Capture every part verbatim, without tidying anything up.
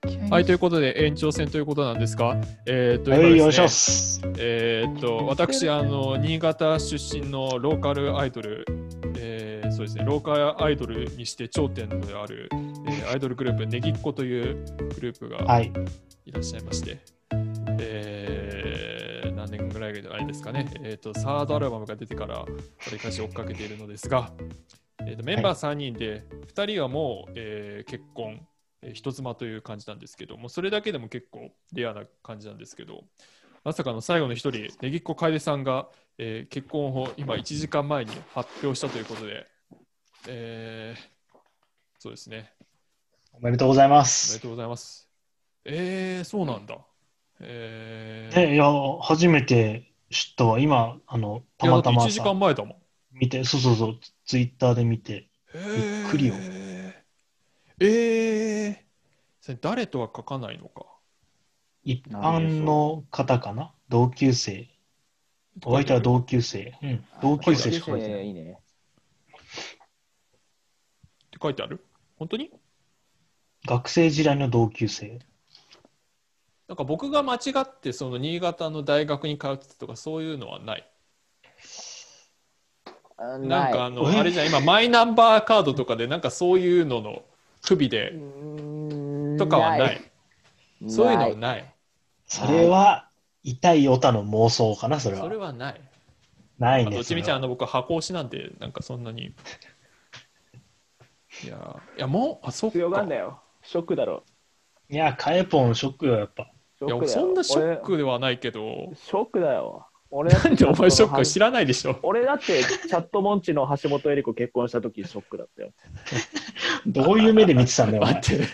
はい、ということで延長戦ということなんですが、えー、とはい、 今よいしょっですす。 ね、えー、と私あの新潟出身のローカルアイドル、えー、そうですねローカルアイドルにして頂点である、えー、アイドルグループねぎっこというグループがはい。 いらっしゃいまして、えー、何年ぐらいあれですかね、えー、とサードアルバムが出てからわりかし追っかけているのですが、えー、とメンバーさんにんでふたりはもう、えー結婚えー人妻という感じなんですけども、それだけでも結構レアな感じなんですけど、まさかの最後の一人、ねぎっこ楓さんが、えー結婚を今いちじかんまえに発表したということで、えーそうですね、 おめでとうございまおめですとう。ございます。えー、そうなんだ。えね、いや、初めて知ったわ。今、あの、 ー、いや、だたまって1時たまさ、 間前だもん。 見て、そうそうそう、ツイッターで見て、びっくりよ。 えー、えー、それ誰とは書かないのか。 一なんでし般ょの方かな同級生。お書いてある。 相手は同級生。うん、 う。あ、 同級生書いてあるしか書いてない。 同級生いいね。 って書いてある。本当に学生時代の同級生。 なんか僕が間違ってその新潟の大学に通ってたとかそういうのはない。 あ、 なんない。 かあの、あえれじゃん、今マイナンバーカードとかでなんかそういうのの不備うーでとん、 かはない。 ない。 そういうのない。 はない。 そない。 れは、痛いオタの妄想かな、それそれは。 はない。 ないね、 まあどっちみちあそれは。 の僕箱推しなんでなんかそんなに。いや、いやもう、あ、そっ強がんか。 だよ。ショックだろ。 いや、カエポンショックよ、やっぱ。 ショいや、 ックだよ。 そんなショッ俺、 クではないけど、 ショックだよ。俺だっなんでてチャッお前ショックトのは、 知らないでしょ。 俺だってチャットモンチの橋本恵理子結婚した時ショックだったよ。 どういう目で見てたんだよ、お前。 待って。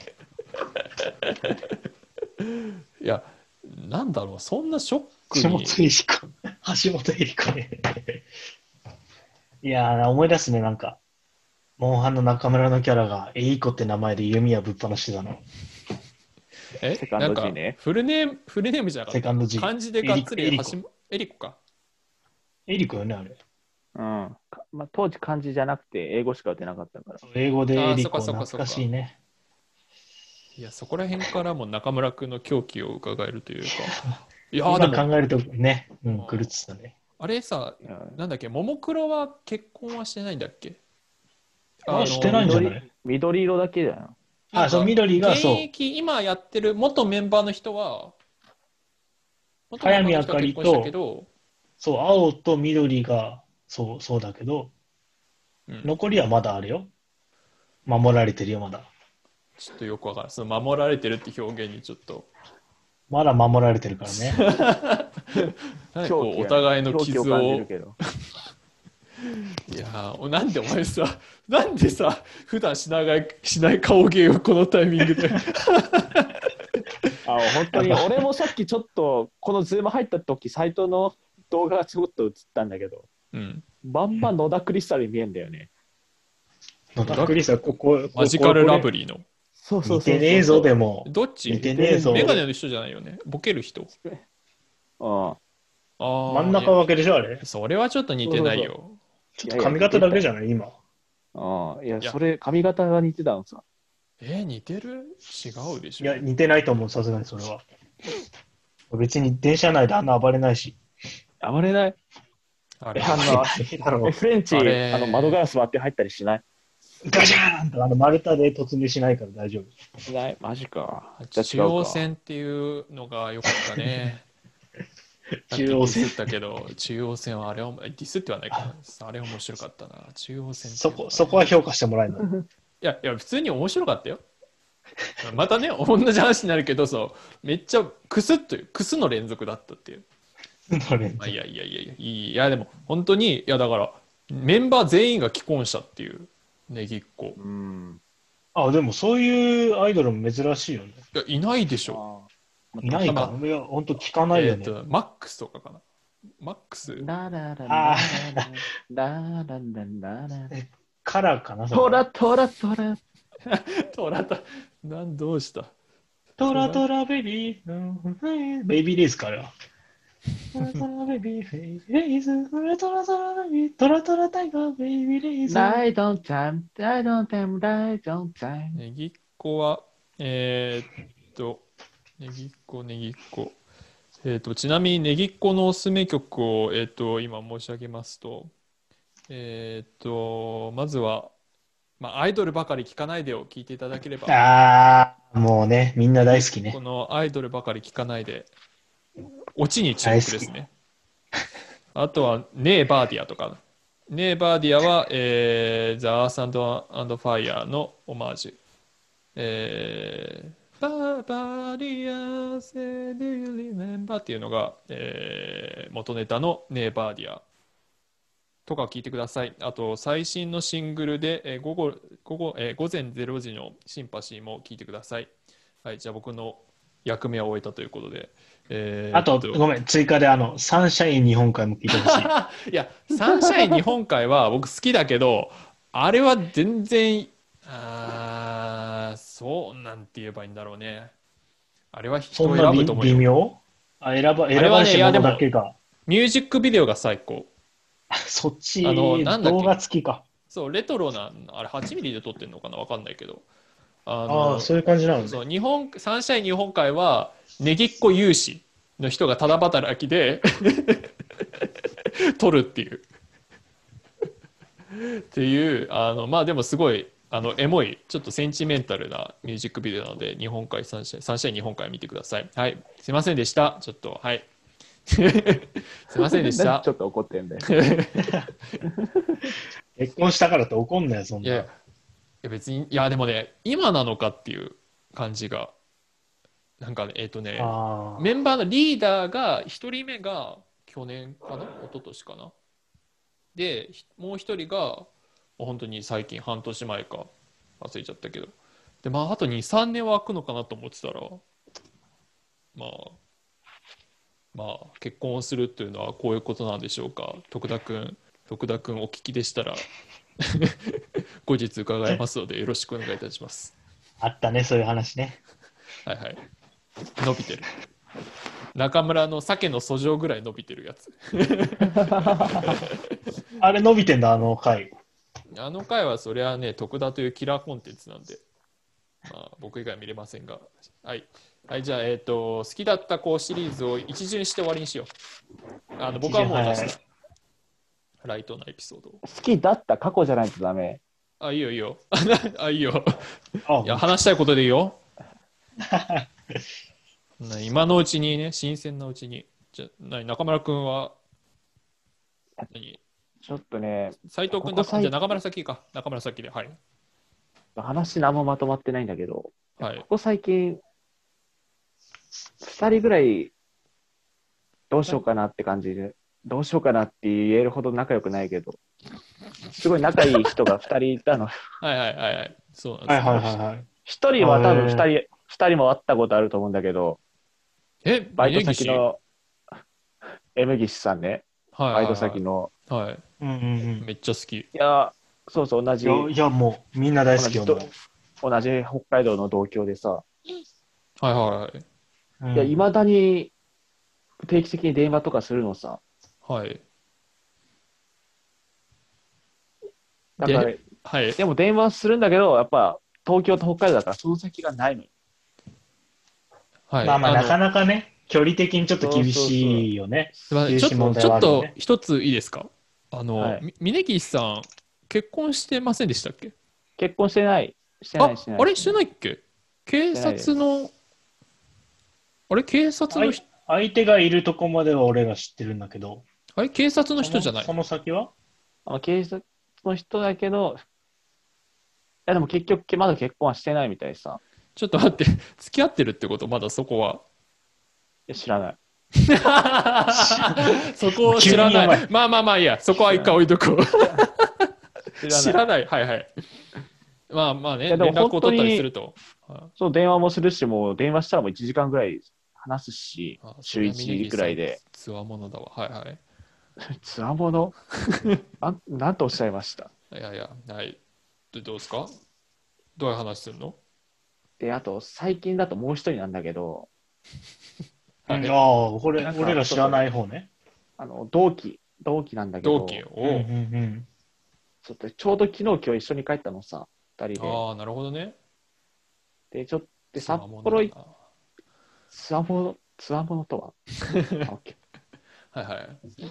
いや、なんだろう、そんなショック橋本に。 恵理子。橋本恵理子ね。いやー、思い出すね、なんか。モンハンの中村のキャラが、エイコって名前で弓矢ぶっ放してたの。 えセカンド G なんかね。 フルネーム、フルネームじゃなかった。 セカンド G。 漢字でがっつりエリコ橋エリコか。 エリコよね、あれ。 うん。かまあ、当時漢字じゃなくて英語しか打てなかったから。 英語でああ、 エリコ、 そっかそっか懐かそっか。 しいね。 いや、そこら辺からも中村君の狂気を伺えるというか。いやー、でも、 今考えるとね、うん、 うん狂ってたね。 あれさ、 いやなんだっけ、ももクロは結婚はしてないんだっけ。ああ、してないの、 んじゃない緑緑色だけだよ。 あ、そう、 なんか、現緑がそ役、今やってる元メンバーの人は、 う、 元メンバーの早見あか人は結婚したけりと、 ど、 そう、青と緑が、そう、そうだけど、 うん、 残りはまだあるよ。守られてるよ、まだ。 ちょっとよくわからない。その守られてるって表現にちょっと。 まだ守られてるからね。 なんか狂気がこうお互いの狂気を傷を。 感じるけど。 いやーなんでお前さ、なんでさ、普段しないしない顔芸をこのタイミングで。 あ、本当に俺もさっきちょっとこのズーム入った時サイトの動画がちょっと映ったんだけど、 うん。 バンバン野田クリスタルに見えんだよね。 野田クリスタル、ここ、こマジカルラブリリーの。 そうそう似そうそう。 てねえぞ、でも。 どっち似てねえぞ。 メガネの人じゃないよね。ボケる人。 うん。 ああ。 真ん中分けでしょ、あれ。 それはちょっと似てないよ。 ちょっと髪型だけじゃない今。 ああ、いや、 いやそれ、髪型が似てたのさ。 えー、似てる違うでしょ。 いや、似てないと思う、さすがにそれは。別に電車内であんな暴れないし。 暴れないあれあの暴れないだろえ、フレンチ、 あれあの窓ガラス割って入ったりしないガシャーンとあの丸太で突入しないから大丈夫。 しないマジか。じゃあ中違うか。 央線っていうのが良かったね。 中央線さっきディスったけど、中央線はあれは、ディスってはないかな。あれは面白かったな。中央線っていうのがねそこ、そこは評価してもらえるの。 いや、いや、普通に面白かったよ。またね、同じ話になるけど、そうめっちゃクスッという、クスの連続だったっていう。 それまあ、いやいやいやいや、いい、いや、でも本当に、いや、だから、メンバー全員が既婚者っていう、ねぎっこ。 うん。 あ、でもそういうアイドルも珍しいよね。 いや、いないでしょ。 あいないか。いや、ほんと聞かないよね。 えっと、マックスとかかな。マックスラララあララララララカラーかなそれトラトラトラトラタ、なん、どうしたトラトラベビー、うんベイビーレースか、あれは。トラトラベビー、ベイビーレース、トラトラトラベビー、トラトラタイガー、ベイビーレース。 ライドンタイムライドンタイムライドンタイムねぎっこは、えーっと、ねぎっこ、ねぎっこ。えっと、ちなみにねぎっこのおすすめ曲を、えっと、今申し上げますと、えっと、まずは、まあ、アイドルばかり聴かないでを聴いていただければ、 ああ、もうね、みんな大好きこね。 のアイドルばかり聴かないで、オチに注大好き。 目ですね。あとは、ネーバーディアとか。ネーバーディアは、えー、ザ・アース・アンド・アンド・ファイヤーのオマージュ。えー、バーバーディア、セーデュリメンバーっていうのが、えー元ネタのネーバーディアとか聞いてください。あと、最新のシングルで、えー午後、午後、えー午前れいじのシンパシーも聞いてください。はい、じゃあ僕の役目を終えたということで。えーあと、 っと、 ごめん、追加であの、サンシャイン日本海も聞いてほしい。 いや、サンシャイン日本海は僕好きだけど、あれは全然、あー、そうなんて言えばいいんだろうね。あれは人をそんなび微選ぶと思うよ。 妙あ、選ば、 あれはね、いや、 選ばれし者でも、 だけが。 ミュージックビデオが最高。 そっあの、 ち、動なんだっけ、 画付きか。 そう、レトロな、あれはちミリで撮ってんのかなわかんないけど。あああ、 の、 そういう感じなのね。 そうそう、日本、サンシャイン日本海は、ねぎっこ有志の人がただ働きで撮るっていう。っていう、あの、まあでもすごい、あの、エモい、ちょっとセンチメンタルなミュージックビデオなので、日本海サンシャイン、サンシャイン日本海見てください。はい。すいませんでした。ちょっと、はい。すいませんでしなんでた。 ちょっと怒ってんだよ。 結婚したからって怒んなよ、そんいや、いな。 や別に、いや、でもね、今なのかっていう感じが、なんかね、えっとね、メあンバーのリーダーが、一人目が去年かな一昨年かなで、ひもう一人が、もう本当に最近、半年前か、忘れちゃったけど。で、まあ、あとに、さんねんは空くのかなと思ってたら、まあ、まあ、結婚をするっていうのはこういうことなんでしょうか。徳田くん、徳田くんお聞きでしたら後日伺いますのでよろしくお願いいたします。 あ、あったね、そういう話ね。 はいはい。伸びてる。中村の鮭の訴状ぐらい伸びてるやつ。 あれ伸びてんだ、あの回。 あの回はそれはね、徳田というキラーコンテンツなんで、まあ、僕以外見れませんが。はい。はい、じゃあ、えっ、と、好きだった子シリーズを一巡して終わりにしよう。あの僕はもう出した。ライトなエピソードを。 好きだった過去じゃないとダメ。 あ、いいよいいよ。あ、いいよ。 あ、 いや、話したいことでいいよ。な今のうちにね、新鮮なうちに。じゃあ、なに中村くんは、何ちょっとね、 斉藤くんだか、 ここ最じゃあ中村先か。中村先で。はい。 話何もまとまってないんだけど、 はいこ。こ最近、ふたりぐらいどうしようかなって感じで、どうしようかなって言えるほど仲良くないけど、すごい仲いい人がふたりいたの。 はいはいはいはい。そうなんですね。 はいはいはいはい。 ひとりは多分2 へー人、二人も会ったことあると思うんだけど、 え、 バイト峯岸先の M 岸さんね、バイトはいはい先の。 はい。はい。 うんうんめっちゃ好き。 いや、そうそう、同じ、 うん。いや、いやもう、みんな大好きよ、 同もじ同じ北海道の同郷でさ、 はいはいはい。 う。 いや、 うんいまだに定期的に電話とかするのさ。 はい。 だから、 で、はい。 でも電話するんだけど、やっぱ東京と北海道だからその先がないのよ。 はい。 まあまあ、なかの、 なかね、距離的にちょっと厳そうそうそうしいよね。 すみません。ちょっと、 厳しい問題ちょっとはあるよね。 一ついいですかあの、 はいみ峯岸さん、結婚してませんでしたっけ結婚してない。してなあ、 い、してない。 あれしてないっけ警してないです察の、あれ警察の相人、 相手がいるとこまでは俺が知ってるんだけど、 あれ警察のそ人じゃないのその先はあの警察の人だけど、いやでも結局まだ結婚はしてないみたいさ。 ちょっと待って、付き合ってるってことまだそこは。 いや知らない。 そこを知らな急にやばいい。まあまあまあいいや、そこは一回置いとこう。 知らない。 知らない。はいはい。まあまあね、 いやでも連絡を取ったりすると。はそう、電話もするし、もう電話したらもういちじかんぐらい話すしあ、 週いちぐらいで。。 つわものだわ。はいはい。 つわものなんなんとおっしゃいました。 いやいや、はい。でどうですかどういう話するので、あと最近だともう一人なんだけど、 はいうんああ、これ、 なんか俺ら知らない方ね。 あの同期、同期なんだけど、 同期を。 うんうんうん。 ちょっとちょうど昨日今日一緒に帰ったのさ、二人で。 ああ、なるほどね。 で、ちょっとつわ札ものだな幌行っつわもの、つわものとはあ OK はいはい。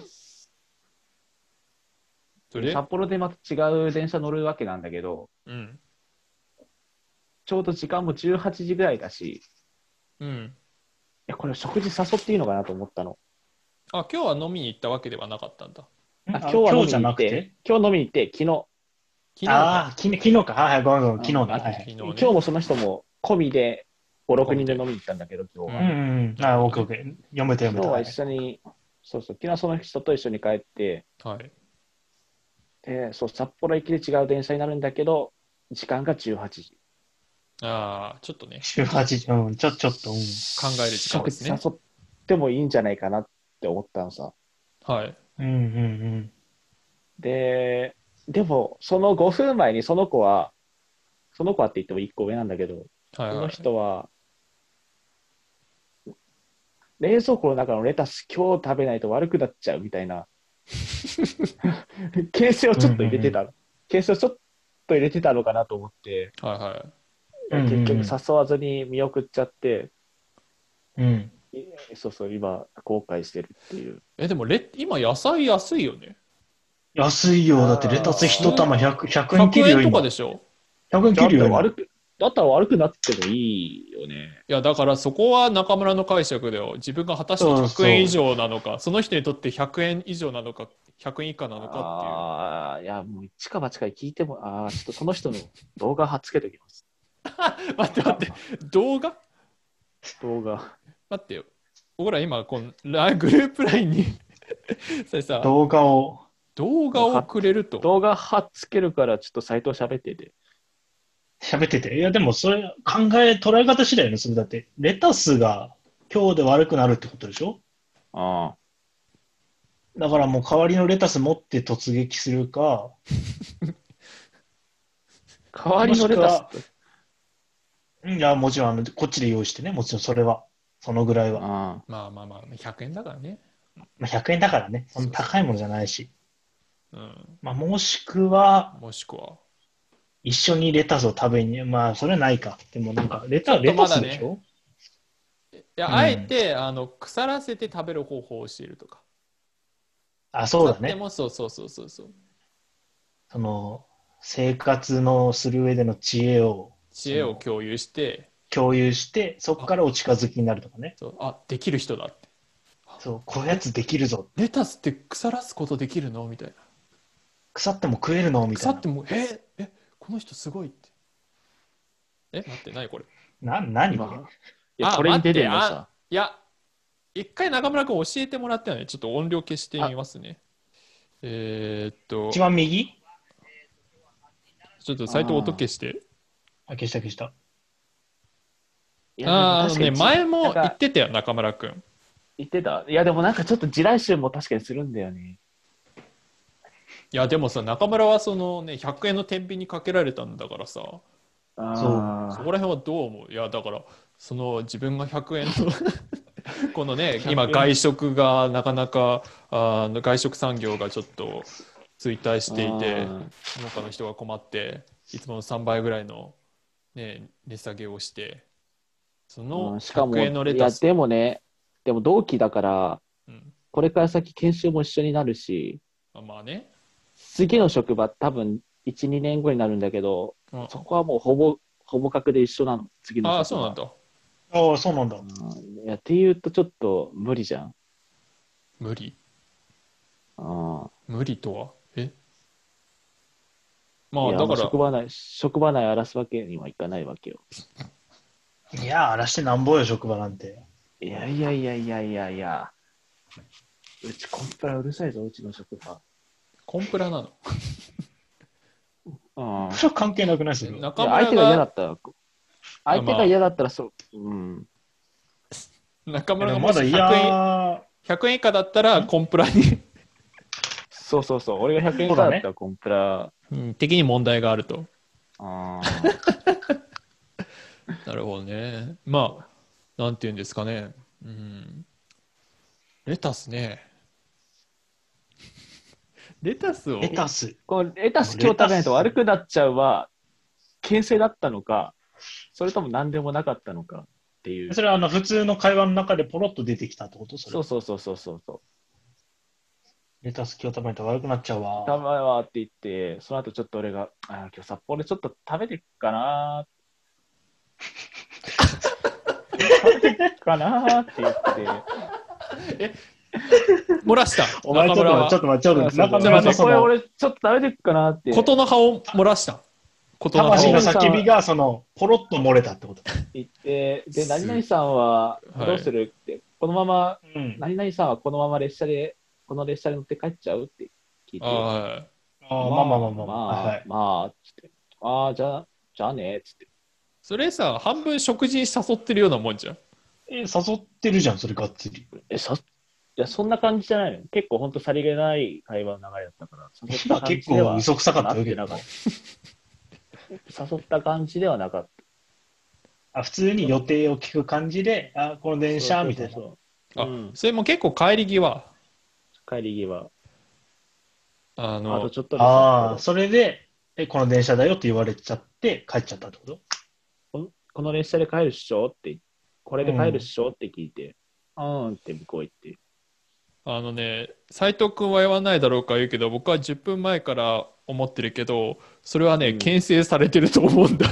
それ札幌でまた違う電車乗るわけなんだけど、 うん。 ちょうど時間もじゅうはちじぐらいだし、いうん。 や、これ食事誘っていいのかなと思ったの。 あ、今日は飲みに行ったわけではなかったんだ。 ああ今日は飲みじゃに行ってなくて、 今日飲みに行って、昨日、 昨日か。 ああ、き昨日か。はいはい、ごめんごめん、昨日ね。 うんはいはい。 昨日ね。 今日もその人も込みでご、ろくにんで飲みに行ったんだけど、今日は。 うんうんうん。あ、オッケーオッケー。読めた読めた。 昨日ははい一緒に、そうそう、昨日はその人と一緒に帰って、 はい。 で、そう、札幌行きで違う電車になるんだけど、時間がじゅうはちじ。 ああ、ちょっとね、 じゅうはちじ、うん、ちょ、ちょっと、うん。 考える時間ですね。 食事誘ってもいいんじゃないかなって思ったのさ。 はい。 うんうんで、でも、そのごふんまえにその子は、その子はって言ってもいっこ上なんだけど、 はいそのはい。 人は、冷蔵庫の中のレタス今日食べないと悪くなっちゃうみたいな、形成をちょっと入れてたの。形成をちょっと入れてたのかなと思って、 はいはい。 うんうんうん結局誘わずに見送っちゃって、 うん。うん。 そうそう、今、後悔してるっていう。 え、でもレ、今野菜安いよね。 安いよ。だってレタス一玉ひゃく、ひゃくえん切 100 るよ、 円とか今。 でしょ。 ひゃくえんだっ切るよ、今。 たら悪く、だったら悪くなってもいいよね。 いや、だからそこは中村の解釈でよ。自分が果たしてそうそうひゃくえん以上なのか、その人にとってひゃくえん以上なのか、ひゃくえん以下なのかああ、いや、もう一か八か聞いても、ああ、ちょっとその人の動画貼っつけておきます。 っていう。待って待って、動画動画。 待ってよ。僕ら今、このラグループラインにそれさ、 動画を。 動画をくれると。 動画貼っつけるから、ちょっと斎藤喋ってて。 喋ってて。いや、でもそれ、考え、捉え方次第よね。それだって、レタスが今日で悪くなるってことでしょ？ あだからもう代わりのレタス持って突撃するか、 あ。代わりのレタスって。 うんいや、もちろんあの、こっちで用意してね。もちろんそれは。そのぐらいは。 あまあまあまあ、ひゃくえんだからね。 まあ、ひゃくえんだからね。そんな高いものじゃないし。 うん。 まあ、もしくは、 もしくは。 一緒にレタスを食べに、まあ、それはないか。でもなんか、レタ、 ちょっとレタまだねスでしょ？ いや、 うんあえて、あの、腐らせて食べる方法を教えるとか。 あ、そうだね。 腐っても、そうそうそうそうそう。 その、生活のする上での知恵を知恵を共有して、 共有して、そこからお近づきになるとかね。 そうあ、できる人だって。 そう、こういうやつできるぞ。 レタスって腐らすことできるのみたいな。 腐っても食えるのみたいな。 腐っても、え、え、この人すごいって。え、待って、何これ。 な、何あ。 これ？ いや、これに出てるの待ってさ。 いや、一回中村君教えてもらったよね。ちょっと音量消してみますね。えー、っと、 一番右？ ちょっとサイト音消して。 あ、消した消した。 いや、 ああのね、 でも確かに前もなんか言ってたよ、中村君。 言ってた。いや、でもなんかちょっと地雷臭も確かにするんだよね。 いや、でもさ、中村はそのね、ひゃくえんの天秤にかけられたんだからさ、 あそこら辺はどう思う？いや、だから、その自分がひゃくえんのこのね、今、外食がなかなか、あの外食産業がちょっと衰退していて、農家の人が困って、いつものさんばいぐらいの、ね、値下げをして、その100 しかも、 円のレいや、 タス。 でもね、でも同期だから、 うんこれから先研修も一緒になるし、 あまあね。 次の職場多分いち、にねんごになるんだけど、 うんそこはもうほぼ、ほぼ確で一緒なの、次の職場。 ああ、そうなんだ。 ああ、そうなんだ。 うんいや、っていうとちょっと無理じゃん。 無理あ無理とはえあいやまあだからもう職場内、職場内荒らすわけにはいかないわけよ。 いや、荒らしてなんぼよ、職場なんて。 いやいやいやいやいやいや。うちコンプラうるさいぞ、うちの職場。 コンプラなの。 うんそれは関係なくないですよ。 い中村や相手が嫌だがったら、相手が嫌だったらそう、うん。 中村がまだいもしひゃくえんや、 ひゃくえん以下だったらコンプラにそうそうそう、俺がひゃくえん以下だったらコンプラ、 うん的に問題があると。 あなるほどね。まあなんていうんですかね。うん。レタスね。レタスをレタス。 こうレタス今日食べないと悪くなっちゃうは、牽制だったのか、それとも何でもなかったのか。 っていう。 それはあの普通の会話の中でポロッと出てきたってこと？それそうそうそうそうそうそう。 レタス今日食べないと悪くなっちゃうわ。 食べわって言って、その後ちょっと俺が、あ今日札幌でちょっと食べてっかな食べてっかなって言って。 え漏らしたお前ちょっと待って、ちょっと待って、ちょっと待って、中ちょっと待ってこれ村のその俺ちょっと食べてっかなってことの葉を漏らしたことの葉を魂の叫びがそのポロッと漏れたってこと。 言って、で、 す何々さんははいどうするって、このまま、 うん。 何々さんはこのまま列車で、この列車に乗って帰っちゃうって聞いて。 ああはいあーまあまあまあまあ。 まあ、 はいはい。 まあ、つって。ああ、じゃあ、じゃあね、つって。 それさ半分食事に誘ってるようなもんじゃん。 え、誘ってるじゃん、それがっつり。 え、さ、いや、そんな感じじゃないの。結構ほんとさりげない会話の流れだったから。誘った今結感じでは構嘘くさかったわけどなってなかった誘った感じではなかっあ、普通に予定を聞く感じで、あ、このた。 電車みたいな。 そうそうあ、 そううん、 それも結構帰り際帰り際。 あのあとちょっとでああ、それで、え、この電車だよって言われちゃって帰っちゃったってこと？ ここの列車で帰るっしょって、これで帰るっしょって聞いて、うんって向こう行って。 あのね斉藤君は言わないだろうか言うけど僕はじゅっぷんまえから思ってるけどそれはね、 うん牽制されてると思うんだ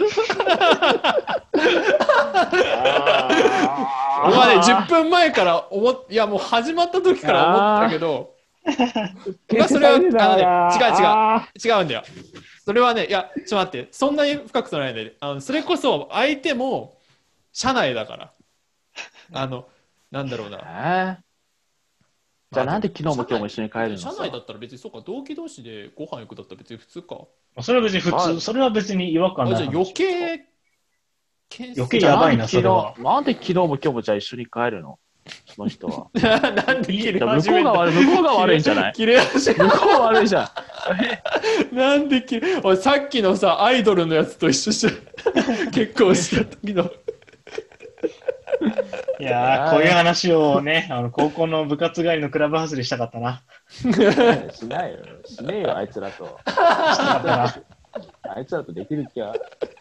俺はねじゅっぷんまえから思っいやもう始まった時から思ってたけど僕はそれはあのね違う違う違うんだよそれはねいやちょっと待ってそんなに深くとらないんであのそれこそ相手も社内だからあのなんだろうなえーじゃあなんで昨日も今日も一緒に帰るの社内だったら別にそうか同期同士でご飯行くだったら別に普通かそれは別に普通、 はいそれは別に違和感あじゃあない話。 余計余計やばいな、そじゃあれは。 なんで昨日なんで昨日も今日もじゃあ一緒に帰るのその人は。 なんで切れじゃあ向始めたこうが悪い、向こうが悪いんじゃない切れ始め向こう悪いじゃん。 なんで切れおいさっきのさアイドルのやつと一緒じゃん結婚した時のいやー、こういう話をね、あの高校の部活帰りのクラブハウスでしたかったな。 しないよ。しねえよ、あいつらと。 したかったな。 あいつらとできる気は。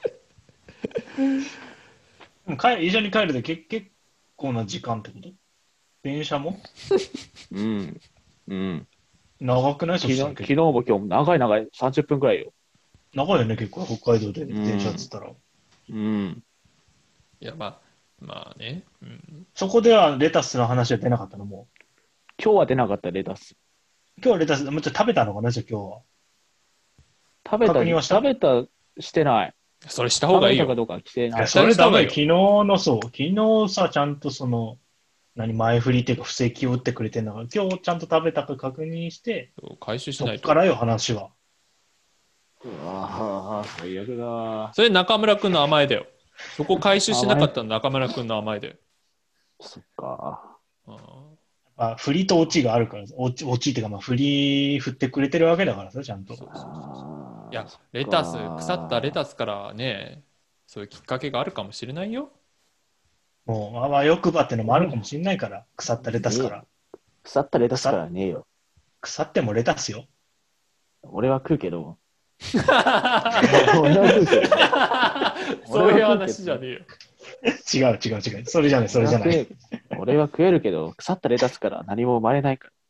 でも帰一緒に帰るでけ結構な時間ってこと？電車もうん。うん。 長くない？そ昨日したら昨日も今日も長い長いさんじゅっぷんくらいよ。 長いよね、結構、北海道でうん電車っつったら。 うん。 いやまあまあね、うん、 そこではレタスの話は出なかったの？も今日は出なかったレタス。 う。今日はレタス、もうちょっと食べたのかな、じゃあ今日は。 食べた、 確認はした食べた、してない。 それした方がいいよ食べたかどうかしてないいや、。それダメよ。 下昨日のそう、昨日さ、ちゃんとその、何、前振りっていうか、布石を打ってくれてんだから、今日ちゃんと食べたか確認して、 回収しないとそっからよ、話は。 うわぁ、最悪だ。 それ中村君の甘えだよそこ回収しなかったの中村君の甘えだよそっか。 あまあ、振りとオチがあるから、オチ、オチっていうか、まあ、振り振ってくれてるわけだからさ、ちゃんと。 そうそうあーいやレタス腐ったレタスからねそういうきっかけがあるかもしれないよもう、あわよくばってのもあるかもしれないから、腐ったレタスから。 腐ったレタスからねえよ。 腐ってもレタスよ。 俺は食うけど。 そう俺は食うけど。 いう話じゃねえよ違う違う違う。それじゃない、それじゃない。 俺は食えるけど、腐ったレタスから何も生まれないから。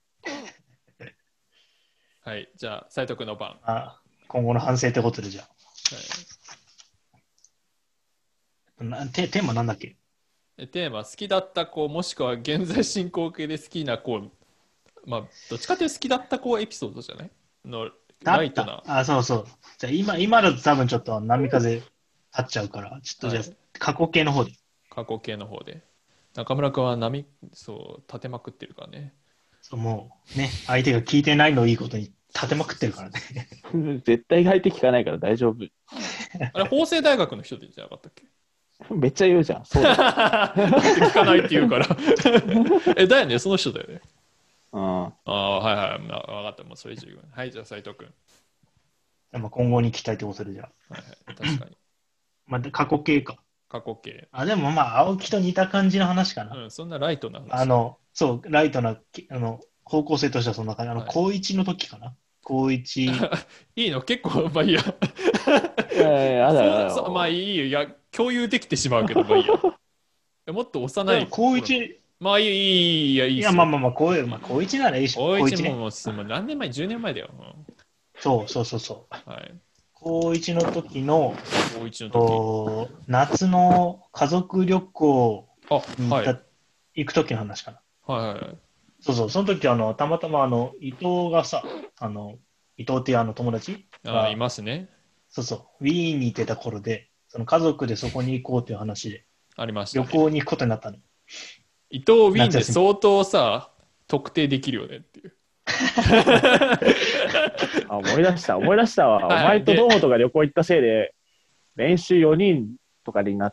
はいじゃあ斉藤君の番、はあ今後の反省ってことでじゃあ。なテテーマなんだっけ？ い、テーマ好きだった子もしくは現在進行形で好きな子まあどっちかというと好きだった子エピソードじゃないのライトなあ、そうそう。じゃあ今、今だと多分ちょっと波風立っちゃうから、ちょっとじゃあ、 はい過去形の方で。 過去形の方で中村君は波そう立てまくってるからねそうもうね、相手が聞いてないのをいいことに立てまくってるからね。 絶対相手聞かないから大丈夫。 あれ法政大学の人でじゃなかったっけめっちゃ言うじゃん。そうだ。 聞かないって言うからえだよねその人だよねうん。 ああはいはい、まあ、分かったもうそれ以上言うはいじゃあ斉藤君まあ今後に期待ってことでじゃあ。 はいはい確かにまあ、過去形か。 過去形あ、でもまあ、青木と似た感じの話かな。 うんそんなライトな話あの、そう、ライトな、きあの、方向性としてはそんな感じ。あの、 はい高一の時かな。高一。 いいの結構まあいいやいやいや、やだやだそうそうまあいいよいや共有できてしまうけどまあいいやもっと幼い。 高一、 まあいい、いい、いや、いいっすよ。 いや、まあまあまあ、高一、まあ、高一ならいいしょ。 高一ね。 ももうもう何年前 ?じゅう 年前だよ。 そうそうそうそう。 うん、はい。 高一の時の、 高一の時。 と夏の家族旅行あ、 に行った、 はい。 行く時の話かな。 はいはいはい。 そうそう、その時あの、たまたまあの、伊藤がさ、あの、伊藤っていうあの友達が、 あ、いますね。 そうそう、ウィーンに行ってた頃で、その家族でそこに行こうという話で、 ありましたね。 旅行に行くことになったの。 伊藤ウィーンで相当さ、特定できるよねっていう。 あ、思い出した、思い出したわ。 はいお前と堂本が旅行行ったせいで、練習よにんとかになって、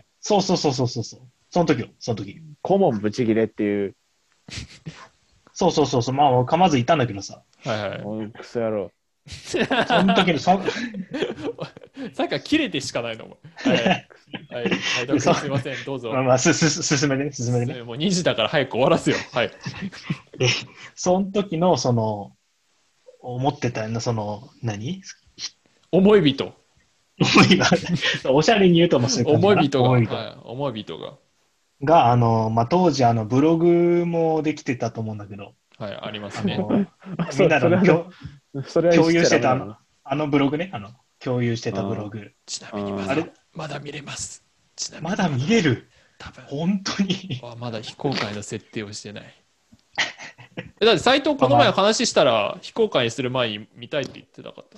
そうそうそうそうそうそう。その時よ、その時。 顧問ブチギレっていう、 そうそうそうそう、まあ、かまずいたんだけどさ。 はいはい。 おいクソ野郎。 その時に、そん、 さっきから切れてしかないのも。はい。はい。はい、はい、すみません、どうぞ。 まあまあ、す、す、進めね、進めね。 もうにじだから早く終わらせよ。はい。 で、その時の、その、思ってたような、その、何思い人。 思いが、おしゃれに言うともそういう感じかな。 思い人が。 思い人。 はい、思い人が。 が、あの、まあ、当時、あの、ブログもできてたと思うんだけど、 はい、ありますあね。 の、 そみんなの共それは共有してたあの言っちゃダメだなあのブログね、あの、共有してたブログ。 ちなみにまあれだ、まだ見れます。ちなみにまだ見れる多分。 本当に。 あ、まだ非公開の設定をしてない。え、だって斎藤この前話したら非公開にする前に見たいって言ってなかっ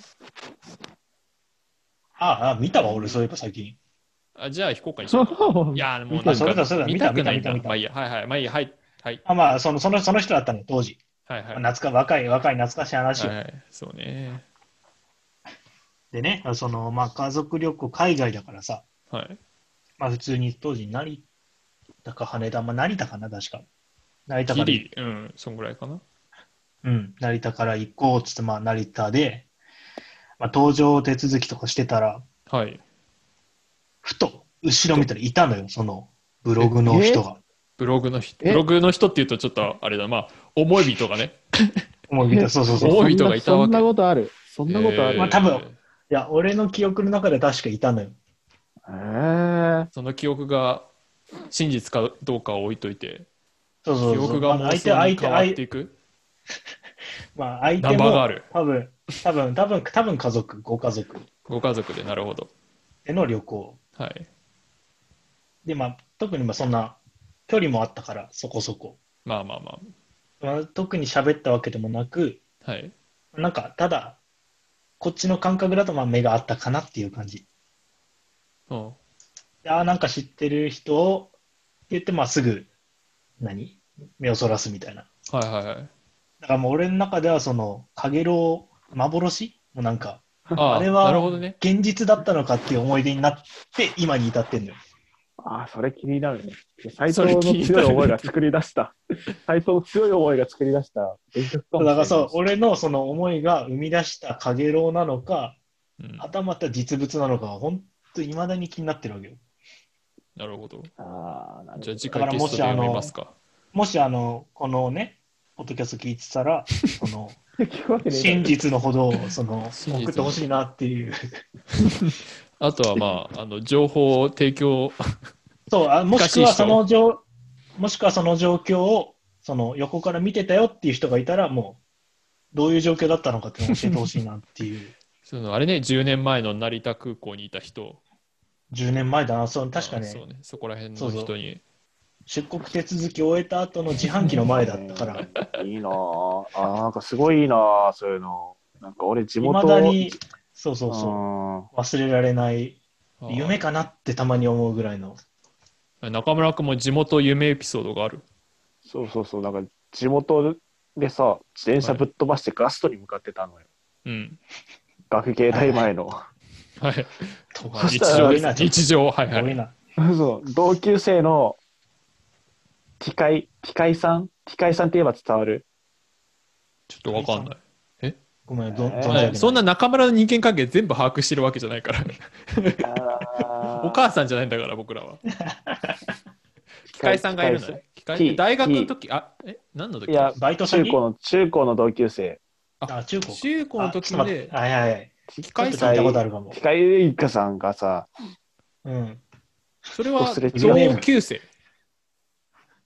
ああ、見たわ、俺、そういえば最近。 た。あ、じゃあ非公開にしよう。いや、もうなあ、 んかそれだ、それだ、 見見た、見た、見た、 たくないんだ。 見たまあいいや、はいはい、まあいいや、はい、はい、 あ、まあ、その、その、その人だったの、当時。 はいはい。 懐か、若い、若い懐かしい話よ。 はいはい、そうね。 でね、その、まあ、家族旅行、海外だからさ、 はい。 まあ、普通に当時、成田か羽田、まあ、成田かな、確か。成田から、 ギリ、うん、そんぐらいかな。 うん、成田から行こうっつって、まあ、成田で、まあ、搭乗手続きとかしてたら、 はい。 ふと、後ろ見たらいたのよ、その、ブログの人が。 ブログの人、 えブログの人って言うとちょっとあれだ、まあ、思い人がね。 思い見た、そうそうそう。 思い人がいたわけそんなことある。そんなことある。 まあ多分いや、俺の記憶の中で確かいたのよ。 へーその記憶が真実かどうかを置いといて、記そうそうそう。 憶が妄まあ相手、 想に変わっ相手、相手、 ていく。 まあ相ナ手もンバーがある。 多分、多分、多分、多分家族、ご家族ご家族で、なるほど。 での旅行。 はい。 で、まあ、特にまあそんな距離もあったから、そこそこ。 まあまあままあ、特に喋ったわけでもなく、 あ。はい。 なんか、ただ、こっちの感覚だとまあ目があったかなっていう感じ。 うん。 ああ、なんか知ってる人を言って、まあすぐ、何目をそらすみたいな。 はいはいはい。 だからもう俺の中ではその、かげろう幻もうなんか、 ああ、 あれはなるほどね。 現実だったのかっていう思い出になって今に至ってんのよ。 ああ、それ気になるね。斎そ藤のれ気になる強い思いが作り出した。斎藤の強い思いが作り出した伝説かもしれない。 だからそう、俺のその思いが生み出したかげろうなのか、 うん。 はたまた実物なのかは本当に未だに気になってるわけよ。 なるほど。 ああ、なるほど。 じゃあ次回ゲストで読みますか。 もしあの、このね、ポッドキャスト聞いてたら、その、 聞くわけねえだろ真実のほどをその真実送ってほしいなっていう。 あとはまあ、あの、情報を提供。 そう、あもしくは難しい人その状、もしくはその状況を、その横から見てたよっていう人がいたら、もう、どういう状況だったのかっていうのを教えてほしいなっていう。 そのあれね、じゅうねんまえの成田空港にいた人。 じゅうねんまえだな、そう確かね、 あそうね、そこら辺そうそうの人に。 出国手続きを終えた後の自販機の前だったから、 いいなぁ。あーなんかすごいいいなぁ、そういうの。なんか俺地い元まだに、そうそううそう、 ん忘れられない、 ああ夢かなってたまに思うぐらいの。 中村君も地元夢エピソードがある。 そうそうそう、なんか地元でさ、自転車ぶっ飛ばしてガストに向かってたのよ。 うん。 学芸大前の。 はい。 そ日したら常です。日常。はいはい。 多いな。 そう同級生の機械、機械さん機械さんって言えば伝わる。 ちょっとわかんない。 ごめん、どえー存じ上げない。 そんな中村の人間関係全部把握してるわけじゃないから。 あーお母さんじゃないんだから、僕らは。機械さんがいるのね。機械 T 大学の時、あ、え、何の時いや、 バイト先中高の、中高の同級生。 あ、中高か。 中高の時あちょっと待っでて、はいはいはい。 機械さんちょっと聞いたことある機かも。 械一家さんがさ、 うん。 それは忘れちゃう同級生。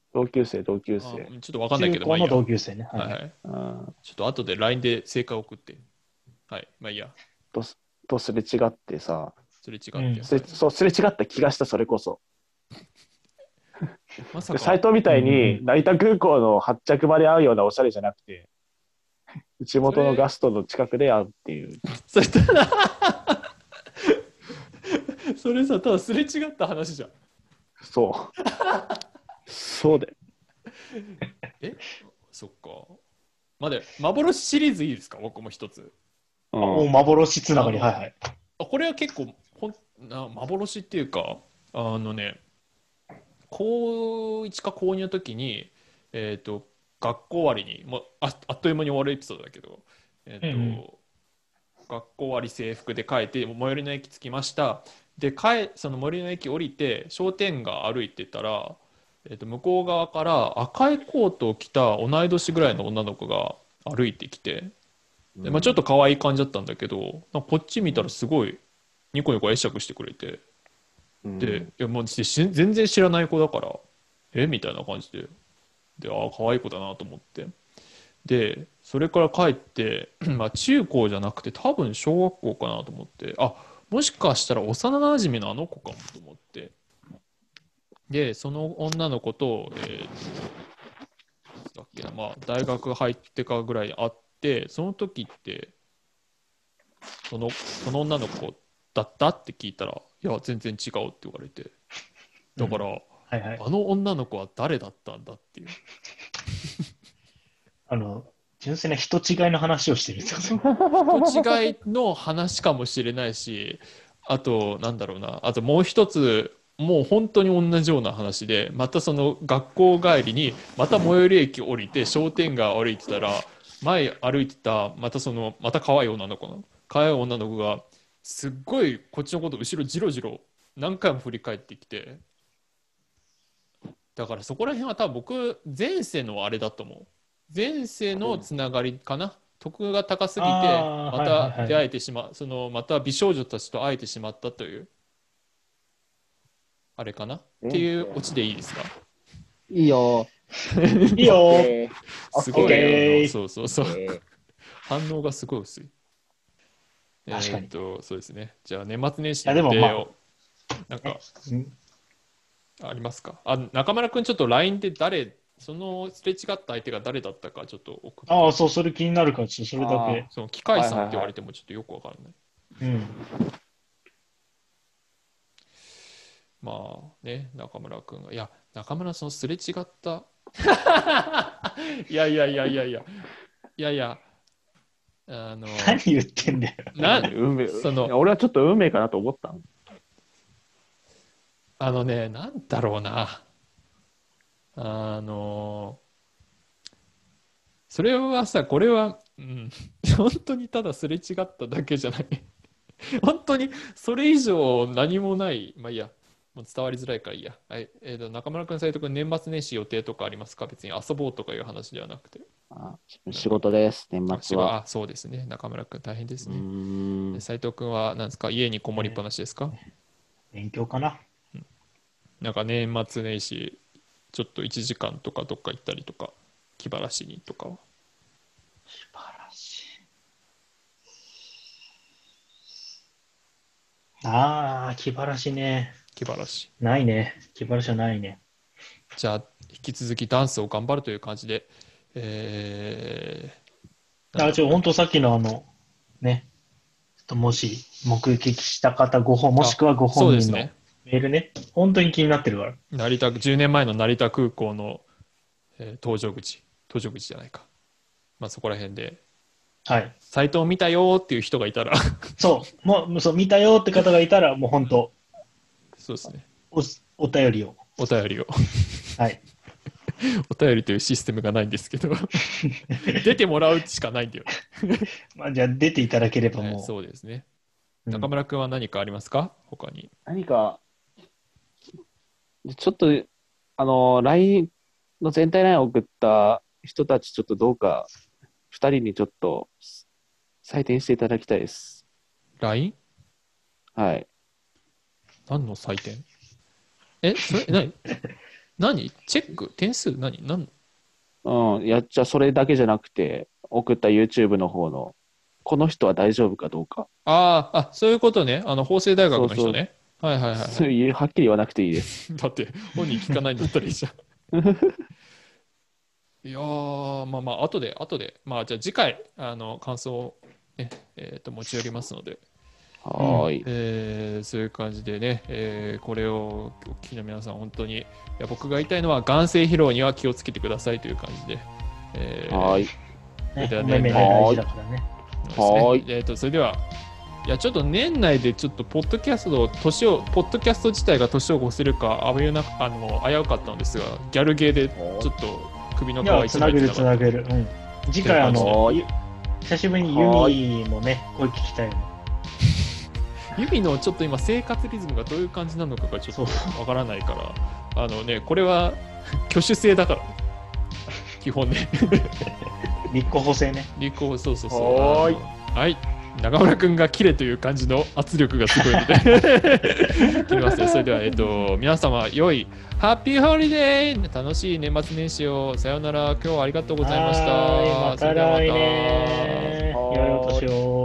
同級生、同級あ生。 ちょっとわかんないけど、 中高のまあいいや。 同級生ね。はいはいはい。 うんちょっと後で ライン で正解送って。はい。まあいいや。 と、とすれ違ってさ、 それ違って。 うんすれはいそう、すれ違った気がした、それこそ。 まさか。 斎藤みたいうんうんに成田空港の発着場で会うようなおしゃれじゃなくて、地元のガストの近くで会うっていう。 それただそれさ、ただすれ違った話じゃん。 そう。そうだよ。 えそっか。まあで、幻シリーズいいですか僕も一つ。 うんお幻つながり、 あのはいはい。 あこれは結構ほんな幻っていうか、あのね、高いちか高にの時に、えっと、学校終わりに、もうあ、あっという間に終わるエピソードだけど、えっと、 うんうん学校終わり制服で帰って最寄りの駅着きました。で帰その最寄りの駅降りて商店街歩いてたら、えっと、向こう側から赤いコートを着た同い年ぐらいの女の子が歩いてきて、で、まあ、ちょっと可愛い感じだったんだけど、なんかこっち見たらすごいニコニコ会釈してくれて、 うんで、いやもうし全然知らない子だからえみたいな感じで、で、ああ可愛い子だなと思って、でそれから帰ってまあ中高じゃなくて多分小学校かなと思って、あもしかしたら幼なじみのあの子かもと思って、でその女の子と、えー、だっけな、まあ、大学入ってからぐらいに会って、その時ってそのその女の子だったって聞いたら、いや全然違うって言われて、だから、 はいはい。 あの女の子は誰だったんだっていう。 あの、純粋な人違いの話をしてるんですよ。 人違いの話かもしれないし、あとなんだろうな、あともう一つ、もう本当に同じような話で、またその学校帰りにまた最寄り駅降りて商店街歩いてたら、前歩いてたまたそのまた可愛い女の子の可愛い女の子がすっごいこっちのこと後ろじろじろ何回も振り返ってきて、だからそこら辺は多分僕前世のあれだと思う。前世のつながりかな。徳が高すぎてあーまはいはいはいた出会えてしまう、そのまた美少女たちと会えてしまったというあれかなっていうオチでいいですか？ いいよ。 いいよー。 えーすごい、 オッケーあのそうそうそう、 えー反応がすごい薄い。 確かにえーっとそうですね。じゃあ年末年始いやでもの予定をなんかうんありますか？あ、中村くんちょっと ライン で誰、そのすれ違った相手が誰だったかちょっと送って。 ああ、そう、それ気になるから、ちょっとそれだあけ。 その機械さんって言われてもちょっとよくわからない。 うん。 まあね、中村くんが、いや、中村そのすれ違った。いやいやいやいやいや、いやいや、あの、 何言ってんだよ。 な運命。 そのいや俺はちょっと運命かなと思ったの。 あのね、なんだろうな。あの、それはさ、これは、うん、本当にただすれ違っただけじゃない。本当にそれ以上何もない。まあいいや。もう伝わりづらいからいいや。はい。えーと、中村くん、斉藤くん、年末年始予定とかありますか？別に遊ぼうとかいう話ではなくて。 あ仕事です、年末は。 あ、そうですね。中村くん、大変ですうね。 ーん。 斉藤くんは何ですか？家にこもりっぱなしですか？ 勉強かな。 なんか年末年始、ちょっといちじかんとかどっか行ったりとか、気晴らしにとかは。 素晴らしい。ああ、気晴らしね。 気晴らし。 ないね。気晴らしはないね。 じゃあ、引き続きダンスを頑張るという感じで、えー、 あ、ちょ、本当さっきのあの、ね。ちょっともし、目撃した方ご本、もしくはごそう本人のですね。 メールね。本当に気になってるから。 成田、じゅうねんまえの成田空港の、えー搭乗口、搭乗口じゃないか。まあそこら辺で、 はい。 サイトを見たよーっていう人がいたら、 そう。もう、そう、見たよって方がいたら、もう本当、 そうですね。 お、お便りを。 お便りを。 はい。 お便りというシステムがないんですけど、出てもらうしかないんだよね。 まあ、じゃあ出ていただければはい、 もう。 そうですね。 うん中村くんは何かありますか？他に。 何か、ちょっと、あの、ライン の全体ラインを送った人たち、ちょっとどうか、ふたりにちょっと採点していただきたいです。 ライン？ はい。 何の採点？え、それ、何何チェック点数何何うん、やっちゃそれだけじゃなくて、送った YouTube の方の、この人は大丈夫かどうか。 あーあ、そういうことね。あの、法政大学の人ね。はいはいはい、はい。 そういう、はっきり言わなくていいです。 だって本人聞かないんだったらいいじゃん。いやー、まあまあ、後で、後で、まあ、じゃあ次回、あの、感想を、ね、えーと、持ち寄りますので、 はーい。 えーそういう感じでね、えーこれをお聞きの皆さん、本当に、いや僕が言いたいのは、眼性疲労には気をつけてくださいという感じで、えーはーい。 ね、 ではお目目ね、大事だからね。 そうですねはーいえーと、それでは、いや、ちょっと年内でちょっと、ポッドキャストを、年を、ポッドキャスト自体が年を越せるか、危うなあの危うかったんですが、ギャルゲーでちょっと首の皮いや、 一枚つなげるつなげる。うん。次回、あのは、 ゆ久しぶりにユミのね、声聞きたいよね。 ユミのちょっと今生活リズムがどういう感じなのかがちょっとわからないからあのねこれは挙手制だから基本ね立候補制ね。 立候補そうそうそうはーいあのはい中村くんがキレという感じの圧力がすごいので切りますね。それでは、えっと、皆様良いハッピーホリデー楽しい年末年始をさようなら今日はありがとうございました。 はーいまた来それではまた年。良いお年を。